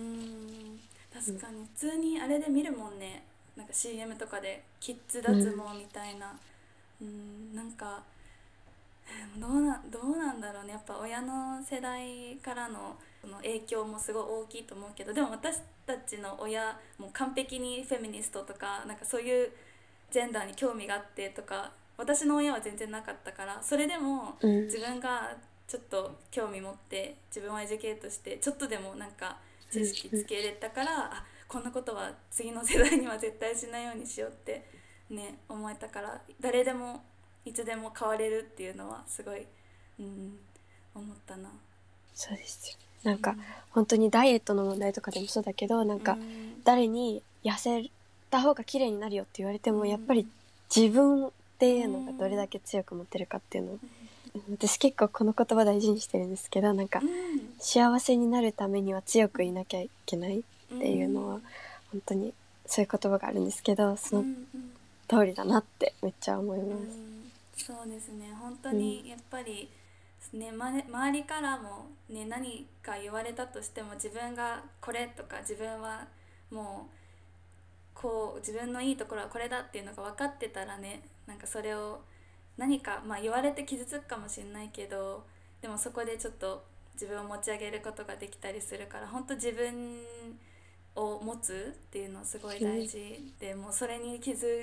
確かに普通にあれで見るもんね、なんか シーエム とかでキッズ脱毛みたいな、うん、うんなんかどうな、どうなんだろうね、やっぱ親の世代からのその影響もすごい大きいと思うけど、でも私たちの親も完璧にフェミニストとかなんかそういうジェンダーに興味があってとか私の親は全然なかったから、それでも自分がちょっと興味持って自分をエデュケートしてちょっとでもなんか知識つけれたから、あこんなことは次の世代には絶対しないようにしようってね思えたから、誰でもいつでも変われるっていうのはすごい、うん、思ったな。 そうですよ。なんか、うん、本当にダイエットの問題とかでもそうだけど、なんか、うん、誰に痩せた方が綺麗になるよって言われても、うん、やっぱり自分っていうのがどれだけ強く持ってるかっていうのを、うん、私結構この言葉大事にしてるんですけど、なんか、幸せになるためには強くいなきゃいけないっていうのは、本当にそういう言葉があるんですけど、その通りだなってめっちゃ思います。 そうですね、本当にやっぱり、ね、周りからも、ね、何か言われたとしても自分がこれとか自分はもうこう自分のいいところはこれだっていうのが分かってたらね、なんかそれを何か、まあ、言われて傷つくかもしれないけど、でもそこでちょっと自分を持ち上げることができたりするから、本当自分を持つっていうのすごい大事で、もうそれに気づ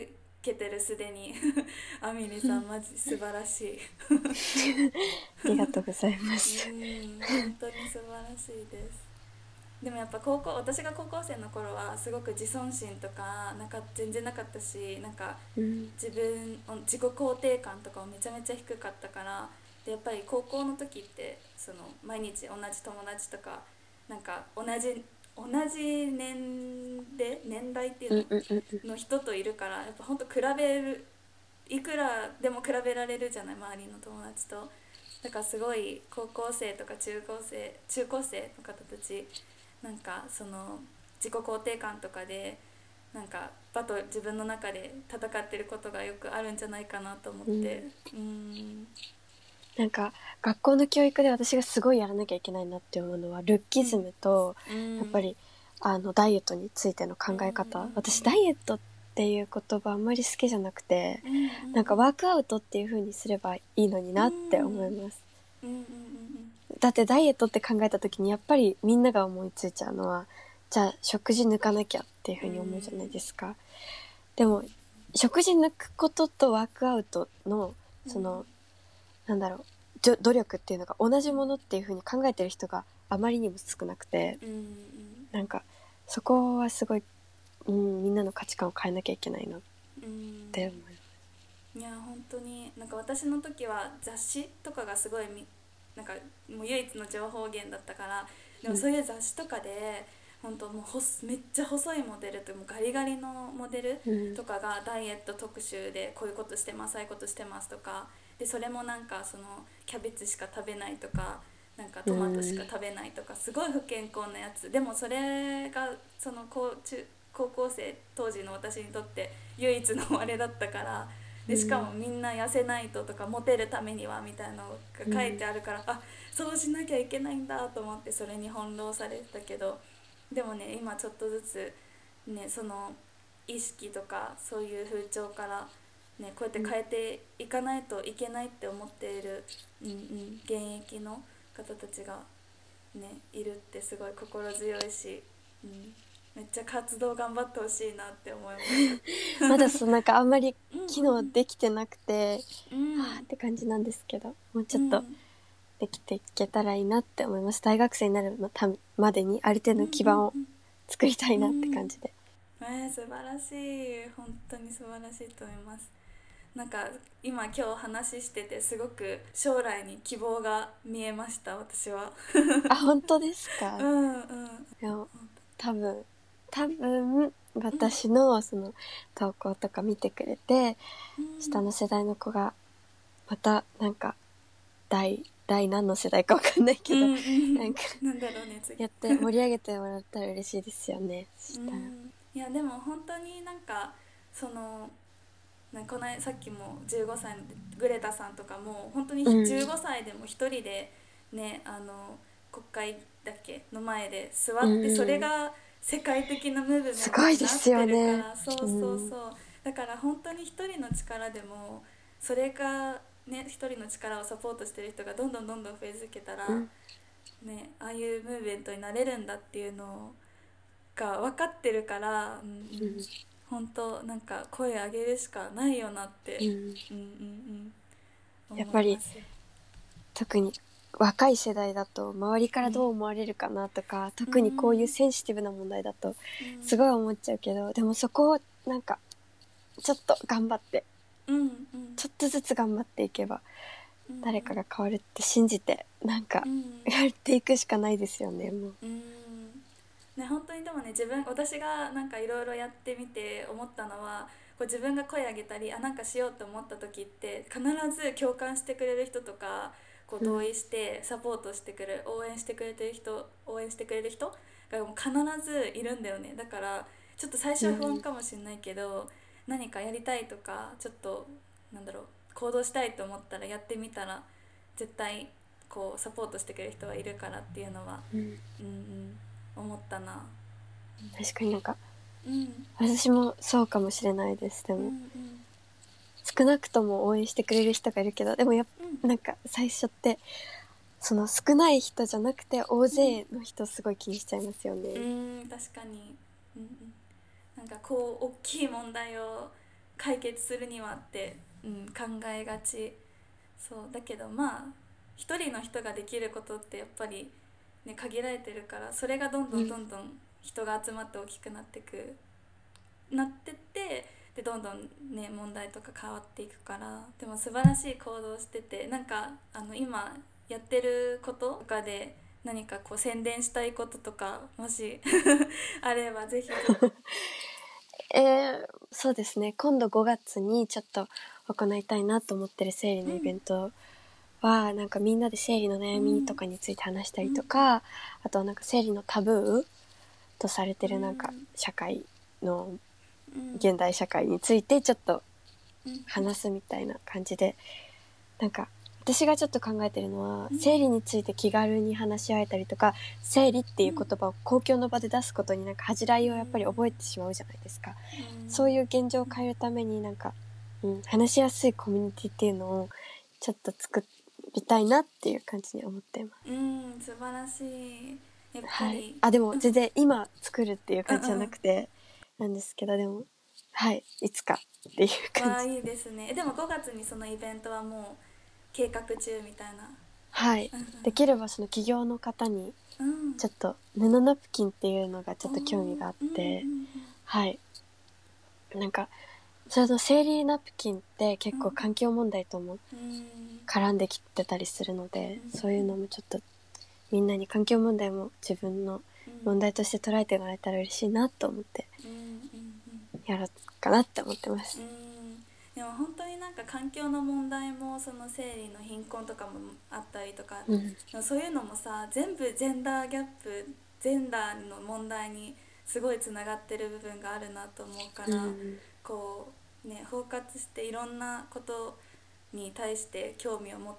けてるすでにアミリさんマジ素晴らしいありがとうございまうす。 ん本当に素晴らしいです。でもやっぱ高校私が高校生の頃はすごく自尊心とかなんか全然なかったし、なんかうん、 自分自己肯定感とかもめちゃめちゃ低かったから、でやっぱり高校の時ってその毎日同じ友達とかなんか同じ同じ年齢年代っていううんうんうんうんのの人といるから、やっぱほんと比べる、いくらでも比べられるじゃない周りの友達と。だからすごい高校生とか中高生中高生の方たちなんかその自己肯定感とかでなんかバト自分の中で戦ってることがよくあるんじゃないかなと思っうん、 て。うーんなんか学校の教育で私がすごいやらなきゃいけないなって思うのはルッキズムと、 うんうんやっぱりあのダイエットについてのうんうん考え方、私ダイエットっていう言葉あんまり好きじゃなくて、 うんうんなんかワークアウトっていう風にすればいいのにうんなって思います。 うんうんうんだってダイエットって考えた時にやっぱりみんなが思いついちゃうのは、じゃあ食事抜かなきゃっていう風に思うじゃないですか。でも食事抜くこととワークアウトのその、なんだろうじょ努力っていうのが同じものっていう風に考えてる人があまりにも少なくて、 うんうんなんかそこはすごい、うん、みんなの価値観を変えなきゃいけないなっうんて思います。 いや本当になんか私の時は雑誌とかがすごいみなんかもう唯一の情報源だったから、でもそういう雑誌とかで本当もうほすめっちゃ細いモデルともうガリガリのモデルうんとかがダイエット特集でこういうことしてますああいうことしてますとかで、それもなんかそのキャベツしか食べないとかなんかトマトしか食べないとかすごい不健康なやつでもそれがその高中高校生当時の私にとって唯一のあれだったから、でしかもみんな痩せないととかモテるためにはみたいなのが書いてあるから、あそうしなきゃいけないんだと思ってそれに翻弄されてたけど、でもね今ちょっとずつねその意識とかそういう風潮からねこうやって変えていかないといけないって思っている、うんうん、現役の方たちがねいるってすごい心強いし、うん、めっちゃ活動頑張ってほしいなって思います。 まだそうなんかあんまり機能うんできてなくて、 うんうんはあって感じなんですけど、もうちょっとうんできていけたらいいなって思います。大学生になるのたまでにある程度の基盤を作りたいなって感じで。 うんうんうん、えー、素晴らしい本当に素晴らしいと思います。なんか今今日話しててすごく将来に希望が見えました私は。 あ、本当ですか。 うんうんいや多分多分私のその投稿とか見てくれて、 うん、 下の世代の子がまたなんか第第何の世代かわかんないけど、 うんうん、 なんかなんだろうね次やって盛り上げてもらったら嬉しいですよね。そしたら、 うん、いやでも本当になんかそのなんかこのさっきもじゅうごさいのグレタさんとかも本当にじゅうごさいでも一人でね、うん、あの国会だっけの前で座って、それが世界的なムーブメントになってるから、ね、そうそうそう、うん、だから本当に一人の力でもそれがね一人の力をサポートしてる人がどんどんどんどん増え続けたら、うん、ねああいうムーブメントになれるんだっていうのが分かってるから、うんうん、本当なんか声上げるしかないよなって、うんうんうんうん、やっぱり特に若い世代だと周りからどう思われるかなとか、うん、特にこういうセンシティブな問題だとすごい思っちゃうけど、うん、でもそこをなんかちょっと頑張って、うんうん、ちょっとずつ頑張っていけば誰かが変わるって信じてなんかやっていくしかないですよね、もう、 うんね、本当にでもね自分私がなんかいろいろやってみて思ったのはこう自分が声上げたりあなんかしようと思った時って必ず共感してくれる人とかこう同意してサポートしてくれる、うん、応援してくれてる人応援してくれる人がもう必ずいるんだよね。だからちょっと最初は不安かもしれないけど、うん、何かやりたいとかちょっとなんだろう行動したいと思ったらやってみたら絶対こうサポートしてくれる人はいるからっていうのは、うんうんうん思ったな。 確かになんか、 うん、 私もそうかもしれないです。でも、うんうん、少なくとも応援してくれる人がいるけどでもやっぱ、うん、なんか最初ってその少ない人じゃなくて大勢の人すごい気にしちゃいますよね。 うん、うん、確かに、うんうん、なんかこう大きい問題を解決するにはって、うん、考えがち。そうだけどまあ一人の人ができることってやっぱり、ね、限られてるから、それがどんどんどんどん人が集まって大きくなってくなってってでどんどんね問題とか変わっていくから。でも素晴らしい行動してて、なんかあの今やってることとかで何かこう宣伝したいこととかもしあればぜひぜひ。 えー、そうですね、今度ごがつにちょっと行いたいなと思ってる生理のイベントは、うん、なんかみんなで生理の悩みとかについて話したりとか、うん、あとはなんか生理のタブーとされてるなんか社会の、うん、現代社会についてちょっと話すみたいな感じで、なんか私がちょっと考えてるのは、うん、生理について気軽に話し合えたりとか、生理っていう言葉を公共の場で出すことになんか恥じらいをやっぱり覚えてしまうじゃないですか、うん、そういう現状を変えるためになんか、うん、話しやすいコミュニティっていうのをちょっと作りたいなっていう感じに思っています。 うん、素晴らしい。やっぱり、はい、 あでも全然今作るっていう感じじゃなくてなんですけど、でもはいいつかっていう感じ。 わあいいですね。でもごがつにそのイベントはもう計画中みたいな。 はい、できればその企業の方にちょっと布ナプキンっていうのがちょっと興味があって、うん、はい、なんかそれの生理ナプキンって結構環境問題とも絡んできてたりするので、うん、そういうのもちょっとみんなに環境問題も自分の問題として捉えてもらえたら嬉しいなと思ってやろうかなって思ってます。うん、 でも本当になんか環境の問題もその生理の貧困とかもあったりとか、うん、そういうのもさ全部ジェンダーギャップジェンダーの問題にすごいつながってる部分があるなと思うから、うん、こうね包括していろんなことに対して興味を持って、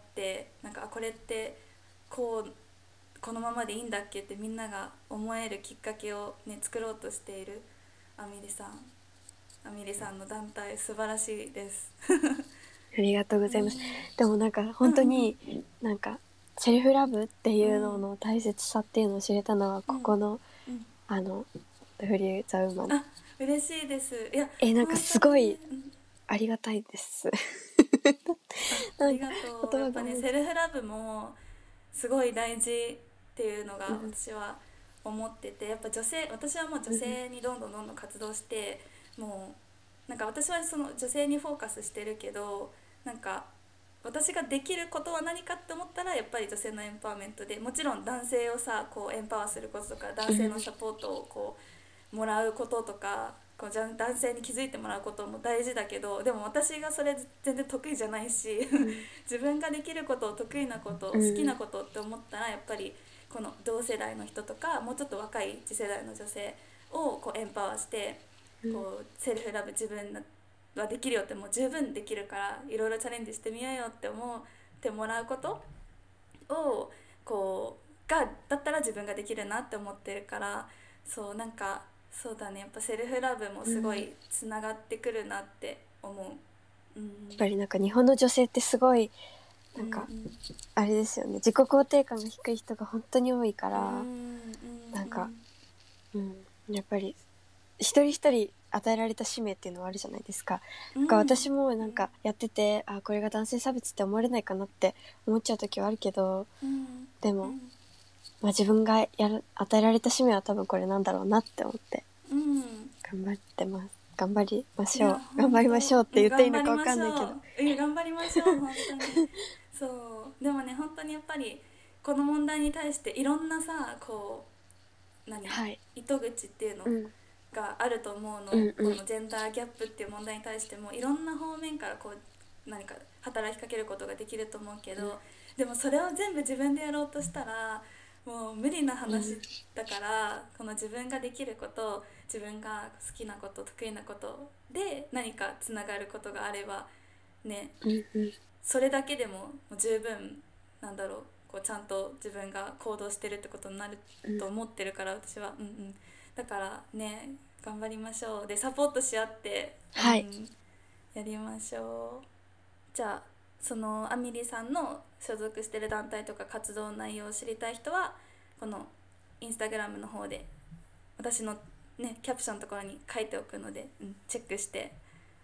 なんかこれってこうこのままでいいんだっけってみんなが思えるきっかけを、ね、作ろうとしているアミリさんアミリさんの団体素晴らしいですありがとうございます、うん、でもなんか本当になんかセルフラブっていうのの大切さっていうのを知れたのはここの、うんうん、あのフリーザウーマン。 あ、嬉しいです。いやえなんかすごいありがたいですありがとう。やっぱねセルフラブもすごい大事っていうのが私は思ってて、やっぱ女性私はもう女性にどんどんどんどん活動して、もうなんか私はその女性にフォーカスしてるけど、なんか私ができることは何かって思ったらやっぱり女性のエンパワーメントで、もちろん男性をさこうエンパワーすることとか男性のサポートをこうもらうこととかこうじゃ男性に気づいてもらうことも大事だけど、でも私がそれ全然得意じゃないし自分ができること得意なこと好きなことって思ったらやっぱりこの同世代の人とかもうちょっと若い次世代の女性をこうエンパワーしてこうセルフラブ自分はできるよってもう十分できるからいろいろチャレンジしてみようよって思ってもらうことをこうがだったら自分ができるなって思ってるから、そうなんかそうだね、やっぱセルフラブもすごいつながってくるなって思う、うん、 やっぱりなんか日本の女性ってすごいなんか、うんうん、あれですよね、自己肯定感が低い人が本当に多いから、うんうん、なんか、うん、やっぱり一人一人与えられた使命っていうのはあるじゃないですか、うん、なんか私もなんかやってて、あこれが男性差別って思われないかなって思っちゃう時はあるけど、うん、でも、うんまあ、自分がやる与えられた使命は多分これなんだろうなって思って頑張ってます。頑張りましょう頑張りましょうって言っていいのか分かんないけど、 いや頑張りましょう本当にそうでもね本当にやっぱりこの問題に対していろんなさこう何、はい、糸口っていうのがあると思うの、うんうん、このジェンダーギャップっていう問題に対してもいろんな方面からこう何か働きかけることができると思うけど、うん、でもそれを全部自分でやろうとしたらもう無理な話だから、うん、この自分ができること自分が好きなこと得意なことで何かつながることがあればね、うんうん、それだけでももう十分なんだろう、こうちゃんと自分が行動してるってことになると思ってるから、うん、私は、うんうん、だからね頑張りましょう。でサポートし合って、 はい、 うん、やりましょう。じゃあそのアミリさんの所属してる団体とか活動内容を知りたい人はこのインスタグラムの方で私の、ね、キャプションのところに書いておくので、うん、チェックして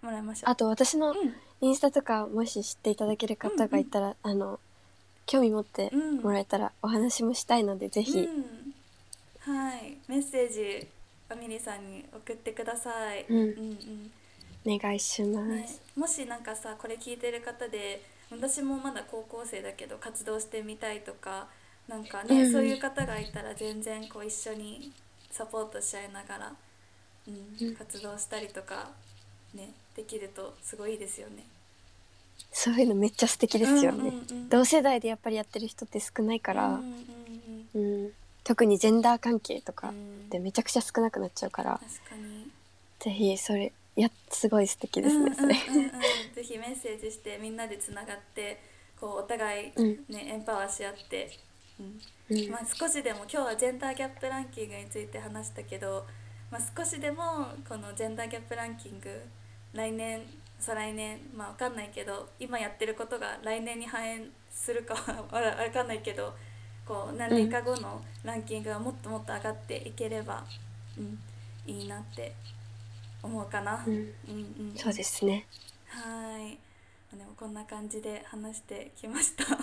もらいましょう。 あと私のうんインスタとかもし知っていただける方がいたら、あの興味持ってもらえたらお話もしたいので、ぜひ、 うん、はいメッセージアミリさんに送ってください。 うんうんうんお願いします、 ね、もしなんかさこれ聞いてる方で私もまだ高校生だけど活動してみたいとかなんかね、 うん、 そういう方がいたら全然こう一緒にサポートし合いながら、うんうん、 活動したりとかねできるとすごいいいですよね。 そういうのめっちゃ素敵ですよね、 うんうんうん、 同世代でやっぱりやってる人って少ないから、 うんうんうんうん、特にジェンダー関係とかっうんてめちゃくちゃ少なくなっちゃうから、 確かにぜひそれやすごい素敵ですね、それうんうんうんうん、ぜひメッセージしてみんなでつながってこうお互い、 うんね、エンパワーし合って、うんうんまあ、少しでも今日はジェンダーギャップランキングについて話したけど、まあ、少しでもこのジェンダーギャップランキング来年再来年まあ分かんないけど今やってることが来年に反映するかは分かんないけどこう何年か後のランキングがもっともっと上がっていければ、うん、いいなって思うかな、 うんうんうんうん、 そうですねはい。でもこんな感じで話してきました、うん、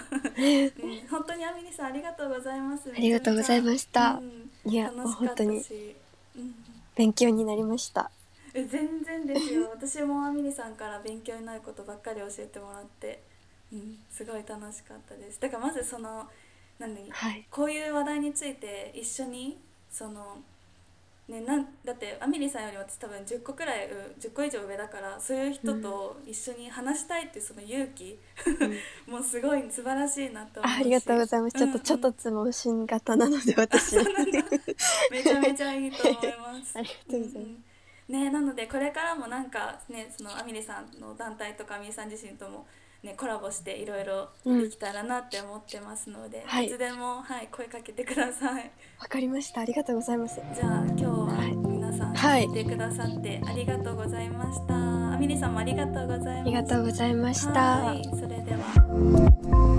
本当にアミリさんありがとうございます。 ありがとうございました、 うん、 いや楽しかった本当にし、うん、 勉強になりました。 え全然ですよ私もアミリさんから勉強になることばっかり教えてもらって、うん、すごい楽しかったです。だからまずその何、 はい、 こういう話題について一緒にそのね、なんだってアミリさんより私多分じゅっこくらいじゅっこ以上上だからそういう人と一緒に話したいっていうその勇気、うん、もうすごい素晴らしいなと思うしあ, ありがとうございます、うんうん、ちょっとちょっとつも新型なので私めちゃめちゃいいと思いますありがとうございます、うんうんね、なのでこれからもなんかねそのアミリさんの団体とかアミリさん自身ともね、コラボしていろいろできたらなって思ってますので、うん、いつでも、はい、声かけてください。 わかりました、ありがとうございます。 じゃあ今日は皆さん聞いてくださってありがとうございました、はい、アミリさんもありがとうございました。 ありがとうございました。 はい、それでは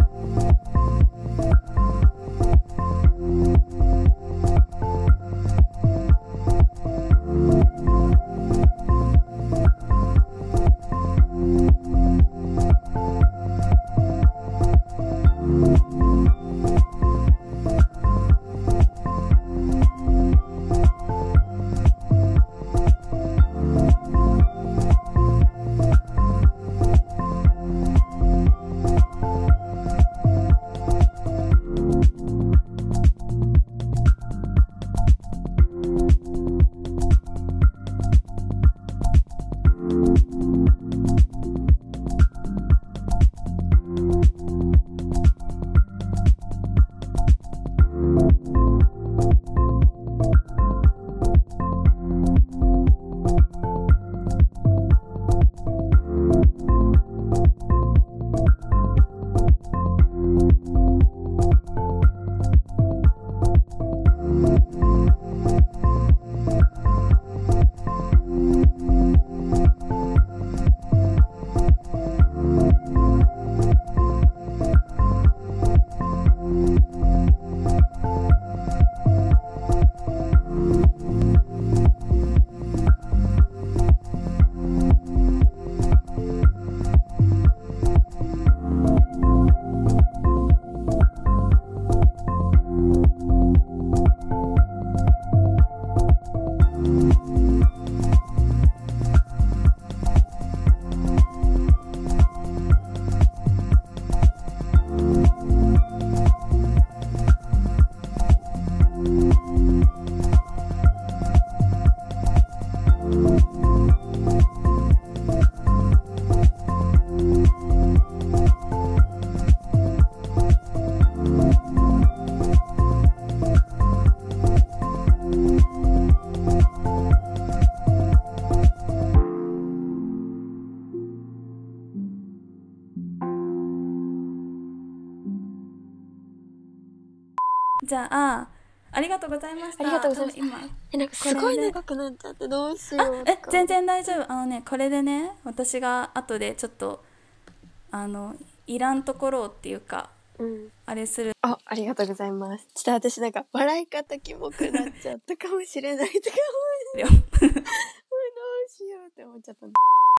じゃあありがとうございました。 ありがとうございます。 今えなんかすごい長くなっちゃってどうしよう。 え全然大丈夫。あのねこれでね私が後でちょっとあのいらんところっていうか、 うん、 あれする。 あありがとうございます。ちょっと私なんか笑い方キモくなっちゃったかもしれないとか思う。もうどうしようって思っちゃった。